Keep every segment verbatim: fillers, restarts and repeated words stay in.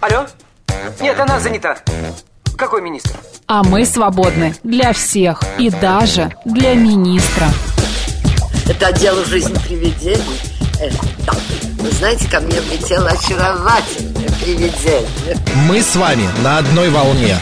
Алло? Нет, она занята. Какой министр? А мы свободны для всех и даже для министра. Это дело жизни привидений. Э, да. Вы знаете, ко мне влетело очаровательное привидение. Мы с вами на одной волне.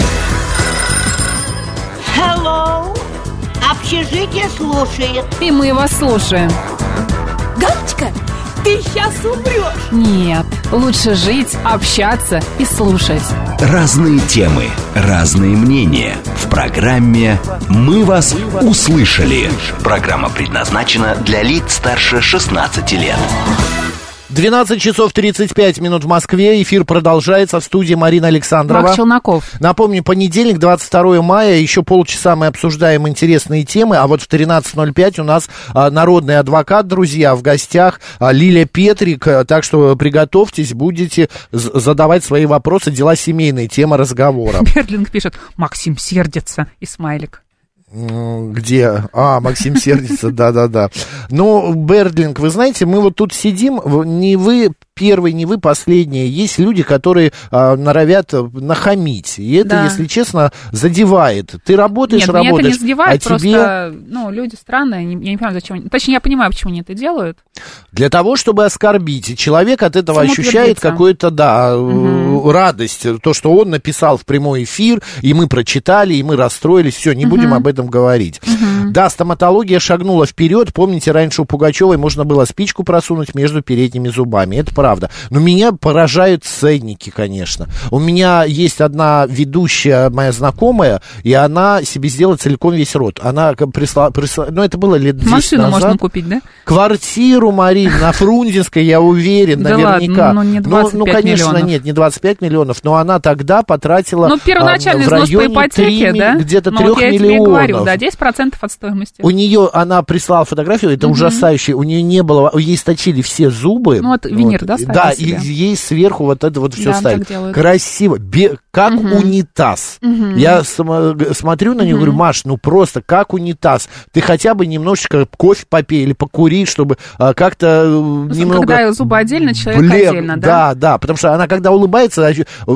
Hello. Общежитие слушает. И мы вас слушаем. Галочка, ты сейчас умрешь. Нет, лучше жить, общаться и слушать. Разные темы, разные мнения. В программе «Мы вас услышали». Программа предназначена для лиц старше шестнадцати лет. двенадцать часов тридцать пять минут в Москве. Эфир продолжается. В студии Марина Александрова. Марк Челноков. Напомню, понедельник, двадцать второе мая. Еще полчаса мы обсуждаем интересные темы. А вот в тринадцать ноль пять у нас а, народный адвокат, друзья, в гостях а, Лилия Петрик. Так что приготовьтесь, будете задавать свои вопросы. Дела семейные, тема разговора. Берлинг пишет: Максим сердится. И смайлик. Где? А, Максим сердится, да-да-да. Ну, Бердлинг, вы знаете, мы вот тут сидим, не вы первый, не вы последние. Есть люди, которые а, норовят нахамить. И это, да. если честно, задевает. Ты работаешь, Нет, работаешь. Нет, это не задевает, а просто, тебе... ну, люди странные, я не понимаю, зачем. Точнее, я понимаю, почему они это делают. Для того, чтобы оскорбить. И человек от этого ощущает какую-то, да, угу. радость. То, что он написал в прямой эфир, и мы прочитали, и мы расстроились. Все, не угу. будем об этом говорить. Угу. Да, стоматология шагнула вперед. Помните, раньше у Пугачевой можно было спичку просунуть между передними зубами. Это правда. Но меня поражают ценники, конечно. У меня есть одна ведущая, моя знакомая, и она себе сделала целиком весь рот. Она прислала, присла... ну, это было лет десять Машину назад. можно купить, да? Квартиру, Марин, на Фрунзенской, я уверен, да наверняка. Ладно, ну, не двадцать пять ну, конечно, миллионов. Нет, не двадцать пять миллионов, но она тогда потратила ну, первоначальный в взнос районе по ипотеке, три, да? где-то ну, трех вот я миллионов. Тебе говорю, да, десять процентов от стоимости. У нее, она прислала фотографию, это угу. ужасающе, у нее не было, ей сточили все зубы. Ну, вот винир, вот, да, ставили да, себе? и ей сверху вот это вот все да, ставили. Красиво, бе, как угу. унитаз. Угу. Я см, смотрю на нее и угу. говорю: Маш, ну просто как унитаз. Ты хотя бы немножечко кофе попей или покури, чтобы а, как-то ну, немного... Когда зубы отдельно, человек бле... отдельно, да? Да, да, потому что она, когда улыбается,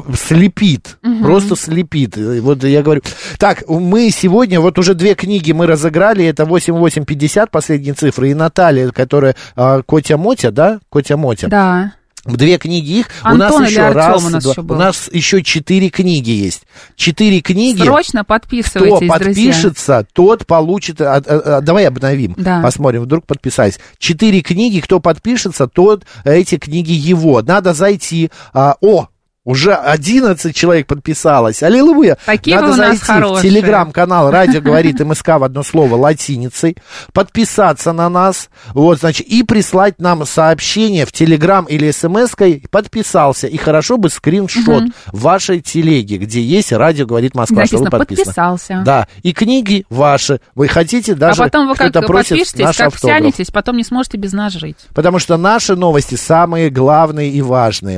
слепит, угу. просто слепит. Вот я говорю... Так, мы сегодня, вот уже две книги мы разыграли, это восемь восемь пятьдесят, последние цифры, и Наталья, которая а, Котя-Мотя, да? Котя-Мотя. Да. Две книги их. Антон у нас еще раз, у нас, два, еще был. У нас еще четыре книги есть. Четыре книги. Срочно подписывайтесь, кто подпишется, друзья. Тот получит. А, а, а, давай обновим. Да. Посмотрим, вдруг подписались. Четыре книги. Кто подпишется, тот эти книги его. Надо зайти. А, о! Уже одиннадцать человек подписалось. Аллилуйя. Такие Надо вы у нас зайти хорошие. в телеграм-канал «Радио говорит МСК» в одно слово латиницей, подписаться на нас, вот, значит, и прислать нам сообщение в телеграм или смс-кой «Подписался». И хорошо бы скриншот угу. вашей телеги, где есть «Радио говорит Москва», написано, что вы подписаны. «Подписался». Да, и книги ваши. Вы хотите даже... А потом вы как подпишетесь, наш как автограф. втянетесь, потом не сможете без нас жить. Потому что наши новости самые главные и важные.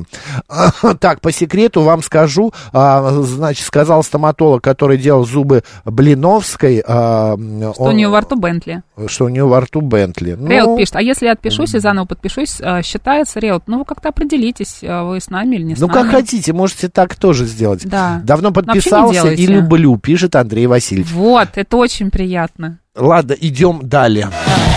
Так, по секрету вам скажу, а, значит, сказал стоматолог, который делал зубы Блиновской. А, что он, у нее во рту Бентли. Что у нее во рту Бентли. Ну, Реут пишет, а если я отпишусь и заново подпишусь, считается Реут? Ну, вы как-то определитесь, вы с нами или не с ну, нами. Ну, как хотите, можете так тоже сделать. Да. Давно подписался и люблю, пишет Андрей Васильевич. Вот, это очень приятно. Ладно, идем далее.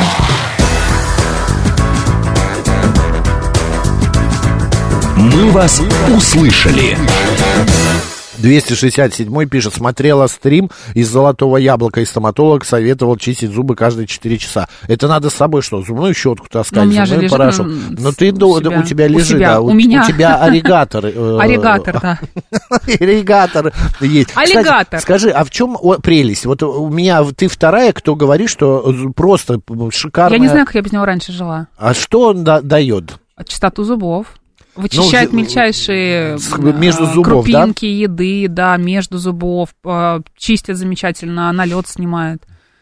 Мы вас услышали. двести шестьдесят седьмой пишет: смотрела стрим из «Золотого яблока», и стоматолог советовал чистить зубы каждые четыре часа. Это надо с собой что, зубную щетку таскать, ну, зубной лежит, порошок? Ну, ты, у себя, у тебя лежит, у себя, да, у, у, меня. у тебя аллигатор. Аллигатор, да. Аллигатор есть. Аллигатор. Скажи, а в чем прелесть? Вот у меня, ты вторая, кто говорит, что просто шикарно. Я не знаю, как я без него раньше жила. А что он дает? Чистоту зубов. Вычищает ну, мельчайшие между зубов, крупинки да? еды, да, между зубов, чистит замечательно, налет снимает.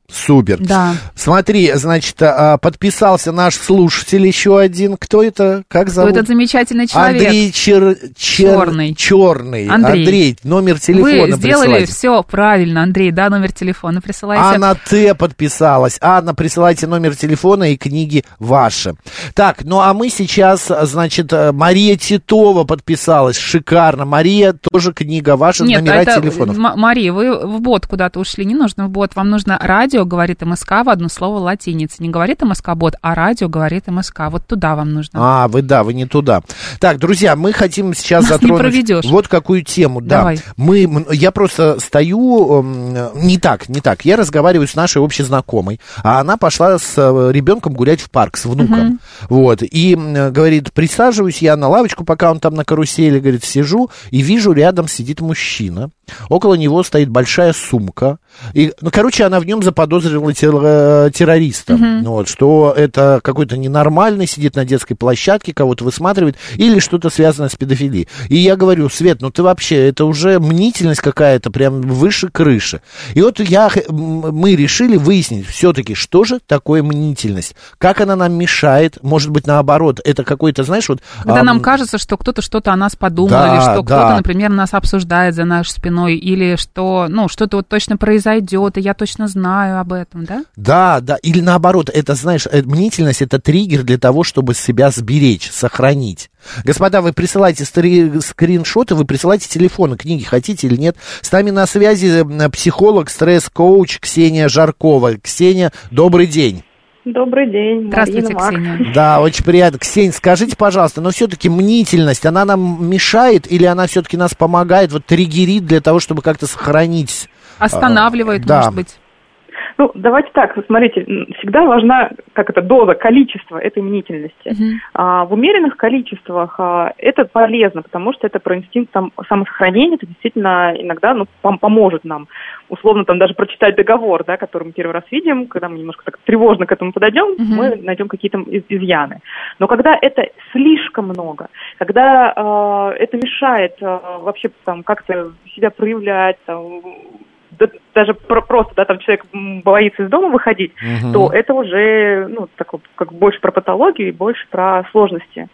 Супер. Да. Смотри, значит, подписался наш слушатель еще один. Кто это? Как зовут? Кто этот замечательный человек? Андрей Чер... Чер... Черный. Черный. Андрей. Андрей, номер телефона Вы сделали присылайте. все правильно, Андрей, да, номер телефона присылайте. Анна Т. подписалась. Анна, присылайте номер телефона и книги ваши. Так, ну а мы сейчас, значит, Мария Титова подписалась. Шикарно. Мария, тоже книга ваша, Нет, номера это, телефонов. М- Мария, вы в бот куда-то ушли, не нужно в бот, вам нужно радио, говорит МСК, в одно слово латиница. Не говорит МСК-бот, а радио говорит МСК. Вот туда вам нужно. А, вы, да, вы не туда. Так, друзья, мы хотим сейчас Нас затронуть не проведешь. вот какую тему. Давай. Да, мы, я просто стою, не так, не так. Я разговариваю с нашей общей знакомой, а она пошла с ребенком гулять в парк, с внуком. Uh-huh. Вот, и говорит, присаживаюсь я на лавочку, пока он там на карусели, говорит, сижу, и вижу, рядом сидит мужчина. Около него стоит большая сумка. И, ну, короче, она в нем заподозрила тер- террориста. Uh-huh. Вот, что это какой-то ненормальный, сидит на детской площадке, кого-то высматривает, или что-то связанное с педофилией. И я говорю, Свет, ну ты вообще, это уже мнительность какая-то, прям выше крыши. И вот я, мы решили выяснить все-таки, что же такое мнительность, как она нам мешает, может быть, наоборот, это какой-то, знаешь, вот... Когда ам... нам кажется, что кто-то что-то о нас подумал, да, или что да. кто-то, например, нас обсуждает за нашей спиной, или что, ну, что-то вот точно произойдет, и я точно знаю об этом, да? Да, да, или наоборот, это, знаешь, мнительность, это триггер для того, чтобы себя сберечь, сохранить. Господа, вы присылайте стри- скриншоты, вы присылайте телефоны, книги хотите или нет. С нами на связи психолог, стресс-коуч Ксения Жаркова. Ксения, добрый день. Добрый день, Здравствуйте, Марина, Ксения. Марк. Да, очень приятно. Ксения, скажите, пожалуйста, но все-таки мнительность, она нам мешает или она все-таки нас помогает, вот триггерит для того, чтобы как-то сохранить? Останавливает, а, да. может быть. Ну, давайте так, смотрите, всегда важна, как это, доза, количество этой мнительности. Uh-huh. А, в умеренных количествах а, это полезно, потому что это про инстинкт сам, самосохранения, это действительно иногда ну, пом- поможет нам. Условно, там даже прочитать договор, да, который мы первый раз видим, когда мы немножко так тревожно к этому подойдем, uh-huh. мы найдем какие-то из- изъяны. Но когда это слишком много, когда а, это мешает а, вообще там, как-то себя проявлять, там, да, даже про- просто, да, там человек боится из дома выходить, угу. то это уже, ну, такое, как больше про патологию и больше про сложности.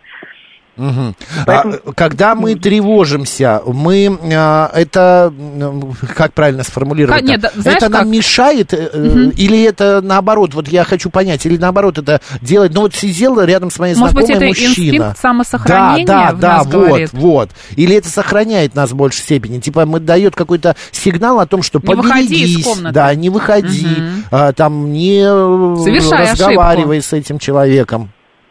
Угу. Поэтому... А, когда мы тревожимся, мы а, это как правильно сформулировать? Нет, да, знаешь, это нам как? мешает угу. или это наоборот? Вот я хочу понять, или наоборот это делает? Ну вот сидел рядом с моей Может знакомой быть, это мужчина. Инстинкт самосохранения да, да, в да, нас вот, говорит? вот. Или это сохраняет нас в большей степени? Типа мы дает какой-то сигнал о том, что не выходи из поберегись, комнаты. да, не выходи, угу. а, там не Совершай разговаривай ошибку. с этим человеком.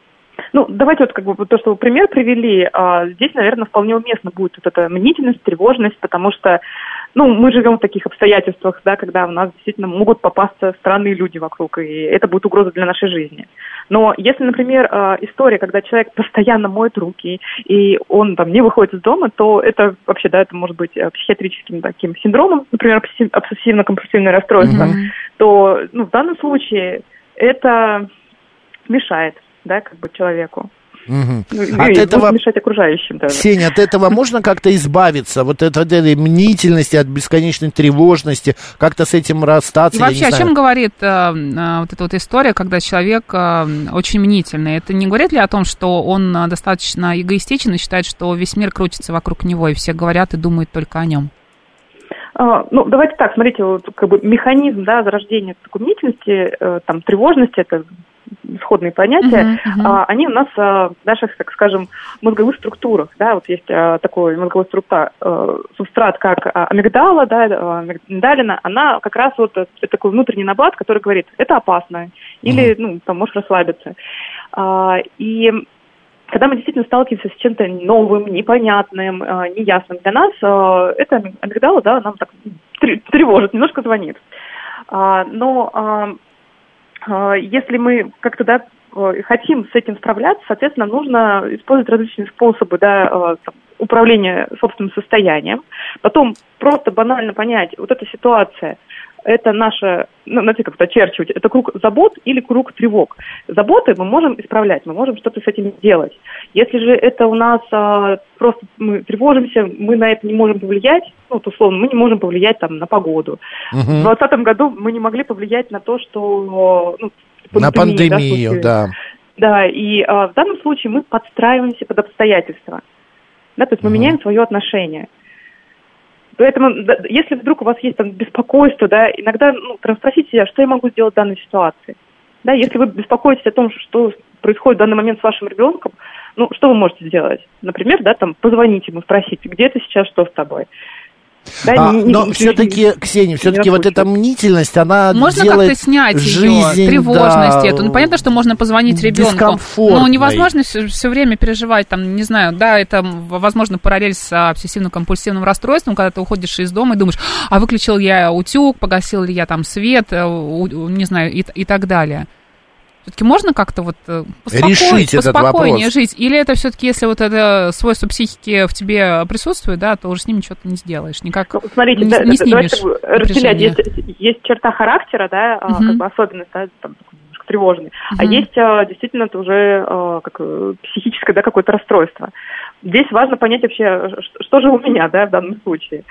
Ну, давайте вот как бы то, что вы пример привели, а, здесь, наверное, вполне уместно будет вот эта мнительность, тревожность, потому что, ну, мы живем в таких обстоятельствах, да, когда у нас действительно могут попасться странные люди вокруг, и это будет угроза для нашей жизни. Но если, например, история, когда человек постоянно моет руки, и он там не выходит из дома, то это вообще, да, это может быть психиатрическим таким синдромом, например, обсессивно-компульсивное расстройство, mm-hmm. то, ну, в данном случае это мешает, да, как бы человеку. Угу. Ну, от и этого, мешать окружающим даже. Ксения, от этого можно как-то избавиться? Вот от этой мнительности, от бесконечной тревожности, как-то с этим расстаться? И вообще, я не о знаю. чем говорит а, а, вот эта вот история, когда человек а, очень мнительный? Это не говорит ли о том, что он а, достаточно эгоистичен и считает, что весь мир крутится вокруг него, и все говорят и думают только о нем? А, ну, давайте так, смотрите, вот, как бы механизм, да, зарождения такой мнительности, э, там, тревожности, это сходные понятия, uh-huh, uh-huh. А, они у нас а, в наших, так скажем, мозговых структурах, да, вот есть а, такой мозговой структура, а, субстрат, как а, амигдала, да, а, амигдалина, она как раз вот это такой внутренний набат, который говорит, это опасно, или, uh-huh. ну, там, можешь расслабиться. А, и когда мы действительно сталкиваемся с чем-то новым, непонятным, а, неясным для нас, а, эта амигдала, да, нам так тревожит, немножко звонит. А, но а, если мы как-то, да, хотим с этим справляться, соответственно, нужно использовать различные способы, да, управления собственным состоянием. Потом просто банально понять, вот эта ситуация, это наша, ну, знаете, как-то очерчивать, это круг забот или круг тревог. Заботы мы можем исправлять, мы можем что-то с этим делать. Если же это у нас а, просто мы тревожимся, мы на это не можем повлиять, ну, вот условно, мы не можем повлиять там на погоду. Uh-huh. В двадцатом году мы не могли повлиять на то, что... Ну, пандемии, на пандемию, да. Да, да и а, в данном случае мы подстраиваемся под обстоятельства. Да, то есть мы uh-huh. меняем свое отношение. Поэтому, если вдруг у вас есть там беспокойство, да, иногда ну, спросите себя, что я могу сделать в данной ситуации. Да, если вы беспокоитесь о том, что происходит в данный момент с вашим ребенком, ну, что вы можете сделать? Например, да, там, позвонить ему, спросить, где ты сейчас, что с тобой? Да, а, не, но не, все-таки, не, Ксения, все-таки вот эта мнительность, она можно делает как-то снять жизнь, ее, тревожность да, эту. Ну, понятно, что можно позвонить ребенку. Но невозможно все, все время переживать, там, не знаю, да, это, возможно, параллель с обсессивно-компульсивным расстройством, когда ты уходишь из дома и думаешь, а выключил я утюг, погасил ли я там свет, не знаю, и, и так далее. Все-таки можно как-то вот решить этот поспокойнее вопрос. Жить? Или это все-таки, если вот это свойство психики в тебе присутствует, да, то уже с ним ничего ты не сделаешь, никак ну, смотрите, не, да, не снимешь разделять. Есть, напряжение. Есть черта характера, да, uh-huh. как бы особенность, да, там, немножко тревожный, uh-huh. а есть действительно это уже как, психическое, да, какое-то расстройство. Здесь важно понять вообще, что же у меня, да, в данном случае.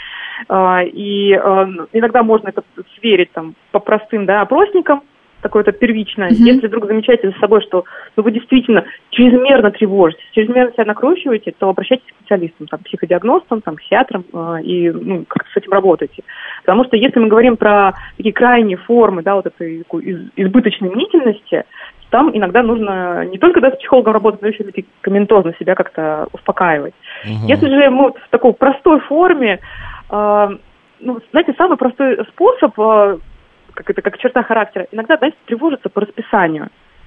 И иногда можно это сверить там по простым, да, опросникам, такое-то первичное. Mm-hmm. Если вдруг замечаете за собой, что ну, вы действительно чрезмерно тревожитесь, чрезмерно себя накручиваете, то обращайтесь к специалистам, там, психодиагностам, там, психиатрам э, и ну, как-то с этим работайте. Потому что если мы говорим про такие крайние формы, да, вот этой из, избыточной мнительности, там иногда нужно не только да, с психологом работать, но еще медикаментозно себя как-то успокаивать. Mm-hmm. Если же мы вот в такой простой форме, э, ну, знаете, самый простой способ э, как это как черта характера, иногда, знаете, тревожится по расписанию.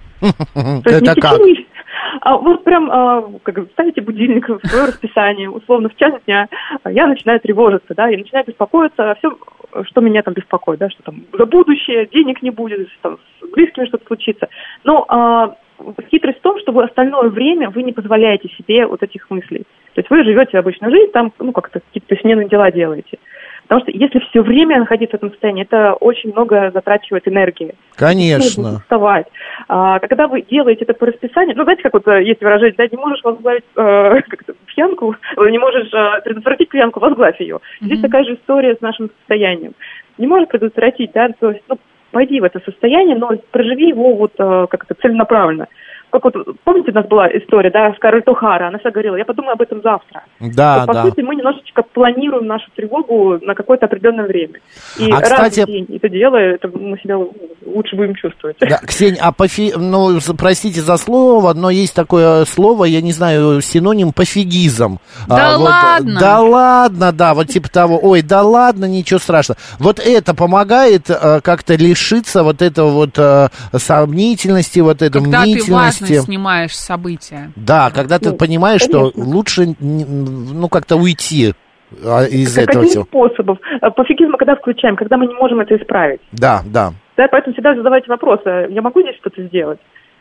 То есть не течение, а вот прям как ставите будильник в свое расписание, условно в час дня, я начинаю тревожиться, да, я начинаю беспокоиться о всем, что меня там беспокоит, да, что там за будущее, денег не будет, там с близкими что-то случится. Но а, хитрость в том, что вы остальное время вы не позволяете себе вот этих мыслей. То есть вы живете обычную жизнь, там, ну, как-то какие-то повседневные дела делаете. Потому что если все время находиться в этом состоянии, это очень много затрачивает энергии. Конечно. Нужно вставать. А, когда вы делаете это по расписанию, ну, знаете, как вот есть выражение, да, не можешь возглавить э, как-то пьянку, не можешь э, предотвратить пьянку, возглавь ее. Mm-hmm. Здесь такая же история с нашим состоянием. Не можешь предотвратить, да, то есть, ну, пойди в это состояние, но проживи его вот э, как-то целенаправленно. Как вот, помните, у нас была история, да, Скарлетт О'Хара, она всегда говорила, я подумаю об этом завтра. Да, вот, по да. сути, мы немножечко планируем нашу тревогу на какое-то определенное время. И а, раз кстати... в день это делая, это мы себя лучше будем чувствовать. Да, Ксень, а пофи... ну, простите за слово, но есть такое слово, я не знаю, синоним пофигизм. Да а, ладно? Вот, да ладно, да, вот типа того, ой, да ладно, ничего страшного. Вот это помогает а, как-то лишиться вот этого вот а, сомнительности, вот этой когда мнительности. Ты снимаешь события. Да, когда ты ну, понимаешь, конечно. что лучше, ну, как-то уйти из как этого всего. Каких способов? Пофигизм мы когда включаем? Когда мы не можем это исправить. Да, да. Да, поэтому всегда задавайте вопрос, я могу здесь что-то сделать?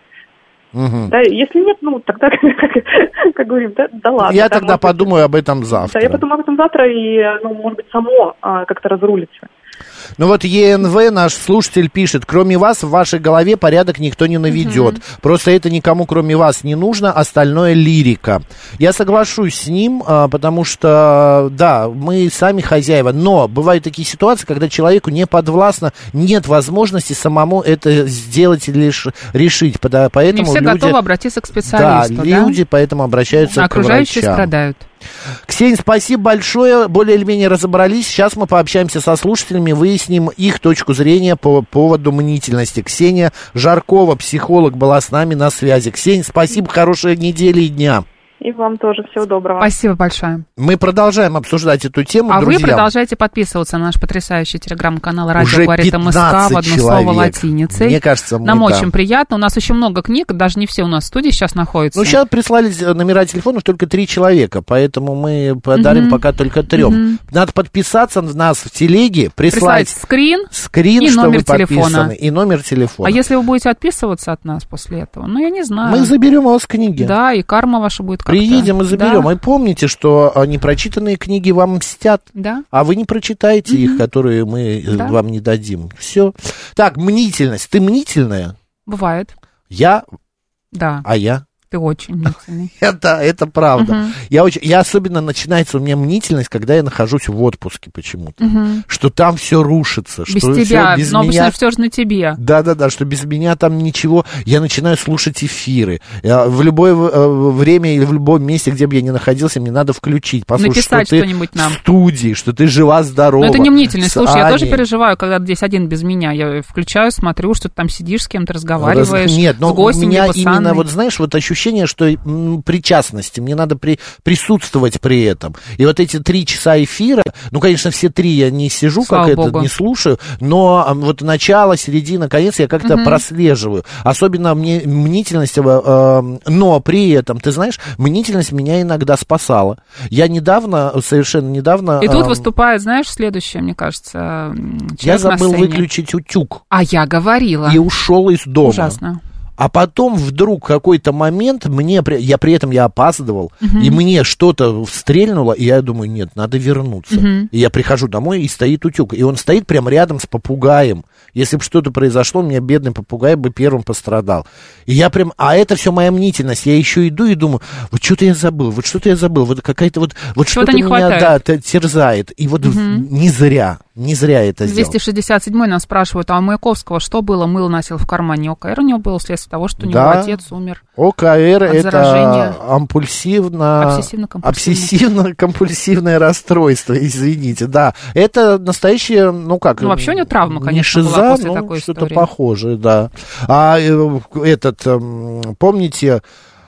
Угу. Да, если нет, ну, тогда, как, как говорим, да, да ладно. Я да, тогда подумаю быть... об этом завтра. Да, я подумаю об этом завтра, и, ну, может быть, само а, как-то разрулится. Ну вот ЕНВ, наш слушатель, пишет, кроме вас в вашей голове порядок никто не наведет. Mm-hmm. Просто это никому кроме вас не нужно, остальное лирика. Я соглашусь с ним, потому что, да, мы сами хозяева, но бывают такие ситуации, когда человеку не подвластно, нет возможности самому это сделать или решить. Поэтому не все люди, готовы обратиться к специалисту. Да, да? люди поэтому обращаются а к врачам. Окружающие страдают. Ксения, спасибо большое. Более или менее разобрались. Сейчас мы пообщаемся со слушателями, выясним их точку зрения по поводу мнительности. Ксения Жаркова, психолог, была с нами на связи. Ксения, спасибо, хорошей недели и дня. И вам тоже всего доброго. Спасибо большое. Мы продолжаем обсуждать эту тему, а друзья. А вы продолжайте подписываться на наш потрясающий телеграм-канал «Радио Уже говорит МСК» в одно человек. слово латиницей. Мне кажется, мы Нам да. очень приятно. У нас очень много книг, даже не все у нас в студии сейчас находятся. Ну, сейчас прислали номера телефонов только три человека, поэтому мы подарим mm-hmm. пока только трем. Mm-hmm. Надо подписаться на нас в телеге, прислать, прислать скрин, скрин и что номер вы телефона. подписаны, и номер телефона. А если вы будете отписываться от нас после этого? Ну, я не знаю. Мы заберем у вас книги. Да, и карма ваша будет Приедем и заберем. Да. И помните, что непрочитанные книги вам мстят, да. а вы не прочитаете угу. их, которые мы да. вам не дадим. Все. Так, мнительность. Ты мнительная? Бывает. Я? Да. А я? Ты очень мнительный. это, это правда. Uh-huh. Я, очень, я особенно начинается у меня мнительность, когда я нахожусь в отпуске почему-то. Uh-huh. Что там все рушится. Без что тебя, без но меня... все же на тебе. Да-да-да, что без меня там ничего. Я начинаю слушать эфиры. Я в любое время или в любом месте, где бы я ни находился, мне надо включить, послушать, написать что ты что-нибудь нам. в студии, что ты жива-здорова. Но это не мнительность. Слушай, Аней. Я тоже переживаю, когда здесь один без меня. Я включаю, смотрю, что ты там сидишь, с кем-то разговариваешь. Раз... Нет, но с гостем, у меня либо именно, вот знаешь, вот ощущение, что причастности, мне надо при, присутствовать при этом. И вот эти три часа эфира, ну, конечно, все три я не сижу, Слава как Богу. Это, не слушаю, но вот начало, середина, конец я как-то угу. прослеживаю. Особенно мне мнительность, э, но при этом, ты знаешь, мнительность меня иногда спасала. Я недавно, совершенно недавно... И тут э, выступает, знаешь, следующее, мне кажется, я забыл выключить утюг. А я говорила. И ушел из дома. Ужасно. А потом вдруг какой-то момент, мне, я при этом я опаздывал, uh-huh. и мне что-то стрельнуло, и я думаю, нет, надо вернуться. Uh-huh. И я прихожу домой, и стоит утюг. И он стоит прямо рядом с попугаем. Если бы что-то произошло, у меня бедный попугай бы первым пострадал. И я прям, а это все моя мнительность. Я еще иду и думаю, вот что-то я забыл, вот что-то я забыл, вот какая-то вот, вот что-то, что-то меня да, терзает. И вот uh-huh. не зря, не зря это сделал. двести шестьдесят седьмой нас спрашивают, а у Маяковского что было? Мыло носил в кармане. ОКР у него было вследствие того, что у него да. отец умер. ОКР это ампульсивно... обсессивно-компульсивное расстройство, извините, да. Это настоящее, ну как... Ну вообще у него травма, конечно, шиза, была после ну, такой что-то истории. Похожее, да. А этот, помните...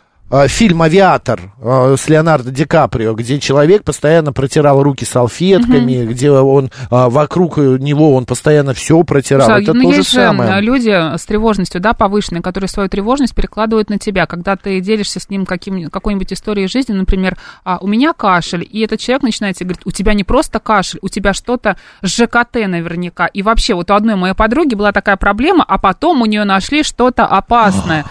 фильм «Авиатор» с Леонардо Ди Каприо, где человек постоянно протирал руки салфетками, mm-hmm. где он вокруг него он постоянно все протирал. Слушай, это ну, то есть же самое. Люди с тревожностью, да, повышенной, которые свою тревожность перекладывают на тебя. Когда ты делишься с ним каким, какой-нибудь историей жизни, например, а, у меня кашель, и этот человек начинает тебе говорить, у тебя не просто кашель, у тебя что-то с ЖКТ наверняка. И вообще, вот у одной моей подруги была такая проблема, а потом у нее нашли что-то опасное.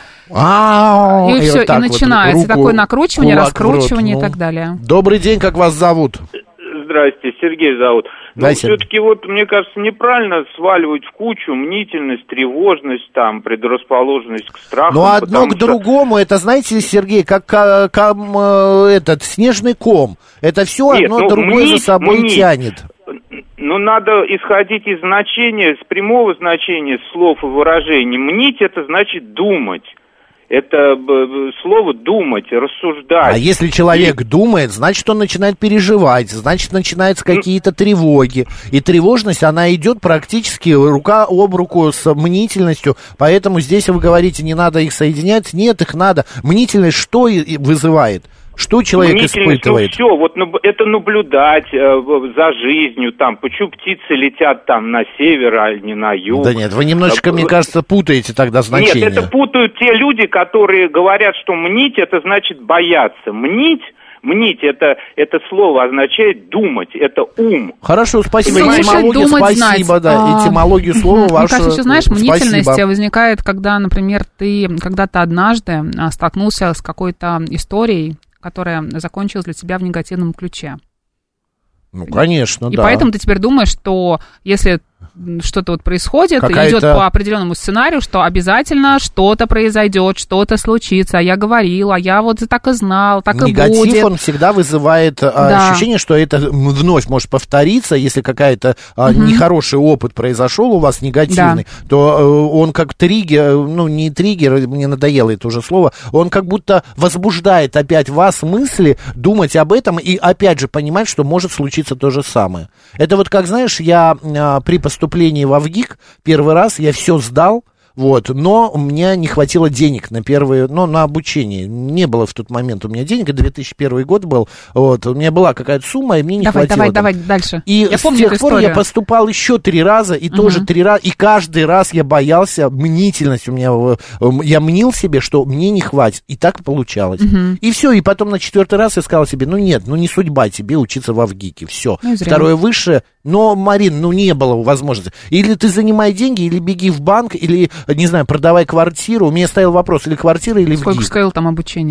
А-а-а, и, и все, и начинается вот такое накручивание, раскручивание ну, и так далее. Добрый день, как вас зовут? Здрасте, Сергей зовут. Да, Но все-таки вот, мне кажется, неправильно сваливать в кучу мнительность, тревожность, там, предрасположенность к страху. Ну, одно к что... другому, это, знаете, Сергей, как, как, как этот снежный ком. Это все Нет, одно ну, другое мнить, за собой мнить. тянет. Ну, надо исходить из значения, с прямого значения слов и выражений. Мнить — это значит думать. Это слово «думать», «рассуждать». А если человек и... думает, значит, он начинает переживать, значит, начинаются какие-то тревоги. И тревожность, она идет практически рука об руку с мнительностью. Поэтому здесь вы говорите, не надо их соединять. Нет, их надо. Мнительность что вызывает? Что человек испытывает? Ну, все, вот это наблюдать э, за жизнью, там, почему птицы летят там на север, а не на юг. Да нет, вы немножечко, а, мне кажется, путаете тогда значение. Нет, это путают те люди, которые говорят, что мнить, это значит бояться. Мнить, мнить, это, это слово означает думать, это ум. Хорошо, спасибо. Слушай, этимологию, спасибо, знать. да, а, этимологию слова Мне вашу. кажется, еще, знаешь, мнительность спасибо. возникает, когда, например, ты когда-то однажды столкнулся с какой-то историей, которая закончилась для тебя в негативном ключе. Ну, конечно, и да. И поэтому ты теперь думаешь, что если что-то вот происходит, Какая-то... идет по определенному сценарию, что обязательно что-то произойдет, что-то случится. А я говорил, а я вот так и знал, так Негатив, и будет. Негатив, он всегда вызывает да. ощущение, что это вновь может повториться. Если какая-то угу. нехороший опыт произошел у вас, негативный, да. то он как триггер, ну, не триггер, мне надоело это уже слово, он как будто возбуждает опять вас мысли, думать об этом и опять же понимать, что может случиться то же самое. Это вот как, знаешь, я при поступлении в АВГИК первый раз я все сдал, вот, но у меня не хватило денег на первые, ну, на обучение. Не было в тот момент у меня денег, две тысячи первый год был, вот, у меня была какая-то сумма, и мне не давай, хватило. Давай, давай, дальше. И я с помню тех пор историю. Я поступал еще три раза, и uh-huh. тоже три раза, и каждый раз я боялся, мнительность у меня, я мнил себе, что мне не хватит, и так получалось. Uh-huh. И все, и потом на четвертый раз я сказал себе, ну нет, ну не судьба тебе учиться в АВГИКе, все. Ну, второе высшее, но, Марин, ну не было возможности. Или ты занимай деньги, или беги в банк, или, не знаю, продавай квартиру. У меня стоял вопрос, или квартира, или Сколько в ГИК. стоило там обучение?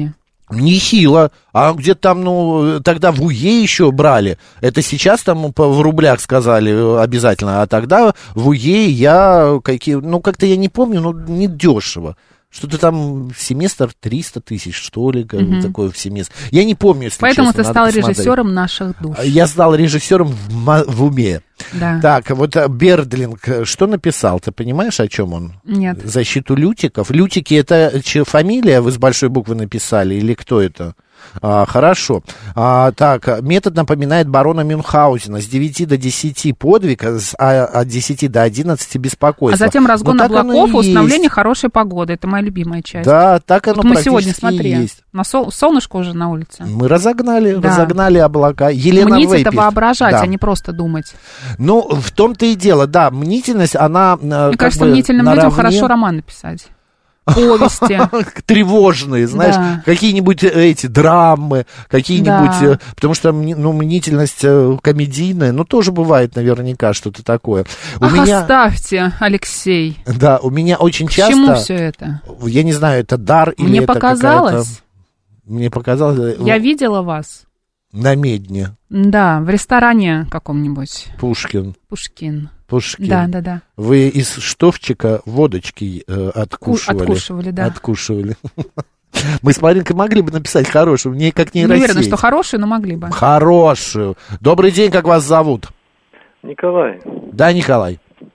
Нехило. А где-то там, ну, тогда в УЕ еще брали. Это сейчас там в рублях сказали обязательно. А тогда в УЕ я какие... Ну, как-то я не помню, но не дешево. Что-то там в семестр триста тысяч, что ли, угу. такое в семестр. Я не помню, если Поэтому честно. ты стал режиссером наших душ. Я стал режиссером в, в уме. Да. Так, вот Бердлинг что написал? Ты понимаешь, о чем он? Нет. Защиту лютиков. Лютики — это че, фамилия вы с большой буквы написали или кто это? А, хорошо. А, так, метод напоминает барона Мюнхгаузена. С девяти до десяти подвиг, а от десяти до одиннадцати беспокойство. А затем разгон ну, облаков и установление хорошей погоды. Это моя любимая часть. Да, так оно вот практически мы сегодня, смотри, есть. На сол- солнышко уже на улице. Мы разогнали, да. разогнали облака. Елена Мнить Вэй это пишет. воображать, да. а не просто думать. Ну, в том-то и дело, да, мнительность, она... Мне кажется, мнительным наравне... людям хорошо роман написать. Повести. Тревожные, знаешь, да. какие-нибудь эти драмы, какие-нибудь... Да. Потому что, ну, мнительность комедийная, ну, тоже бывает наверняка что-то такое. У Ах, меня... оставьте, Алексей. Да, у меня очень К часто... К чему все это? Я не знаю, это дар или Мне это показалось. Мне показалось... Я видела вас. На Медне. Да, в ресторане каком-нибудь. Пушкин. Пушкин. Пушкин. Да, да, да. Вы из штофчика водочки э, откушивали. Откушивали, да. Откушивали. Мы с Маринкой могли бы написать хорошую, мне как не Не уверена, что хорошую, но могли бы. Хорошую. Добрый день, как вас зовут? Николай. Да, Николай.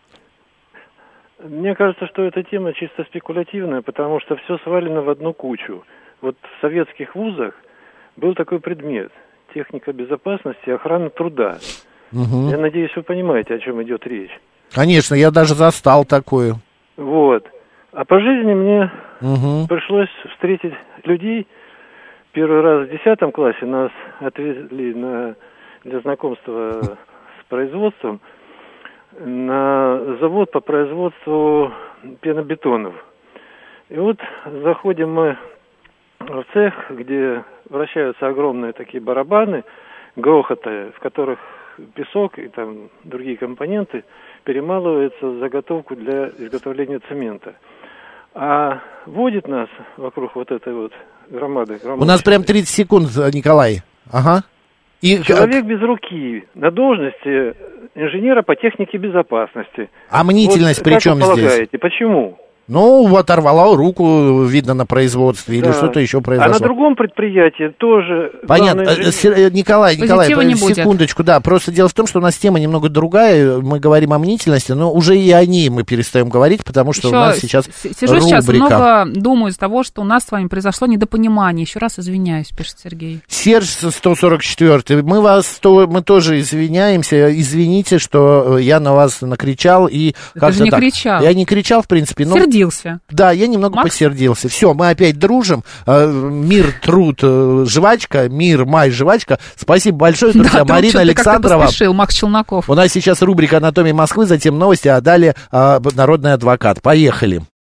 Мне кажется, что эта тема чисто спекулятивная, потому что все свалено в одну кучу. Вот в советских вузах был такой предмет – техника безопасности и охрана труда. Угу. Я надеюсь, вы понимаете, о чем идет речь. Конечно, я даже застал такое. Вот. А по жизни мне угу. пришлось встретить людей. Первый раз в десятом классе нас отвезли на, для знакомства с производством на завод по производству пенобетонов. И вот заходим мы в цех, где вращаются огромные такие барабаны, грохоты, в которых песок и там другие компоненты перемалываются в заготовку для изготовления цемента. А водит нас вокруг вот этой вот громады. У нас прям тридцать секунд, Николай. Ага. И человек без руки на должности инженера по технике безопасности. А мнительность вот, при чем здесь? Как вы полагаете, почему? Ну, оторвала руку, видно, на производстве, да. Или что-то еще произошло. А на другом предприятии тоже... Понятно. Инженер... Николай, Николай, секундочку, да. Просто дело в том, что у нас тема немного другая. Мы говорим о мнительности, но уже и о ней мы перестаем говорить, потому что еще у нас сейчас сижу рубрика. Сейчас много думаю из того, что у нас с вами произошло недопонимание. Еще раз извиняюсь, пишет Сергей. Серж сто сорок четыре. Мы вас, мы тоже извиняемся. Извините, что я на вас накричал. И Ты же не так. кричал. Я не кричал, в принципе, но... Сердился. Да, я немного Макс? посердился. Все, мы опять дружим. Мир, труд, жвачка. Мир, май, жвачка. Спасибо большое, друзья. Да, Марина Александрова. Поспешил, Макс Челноков. У нас сейчас рубрика «Анатомия Москвы», затем новости, а далее а, народный адвокат. Поехали.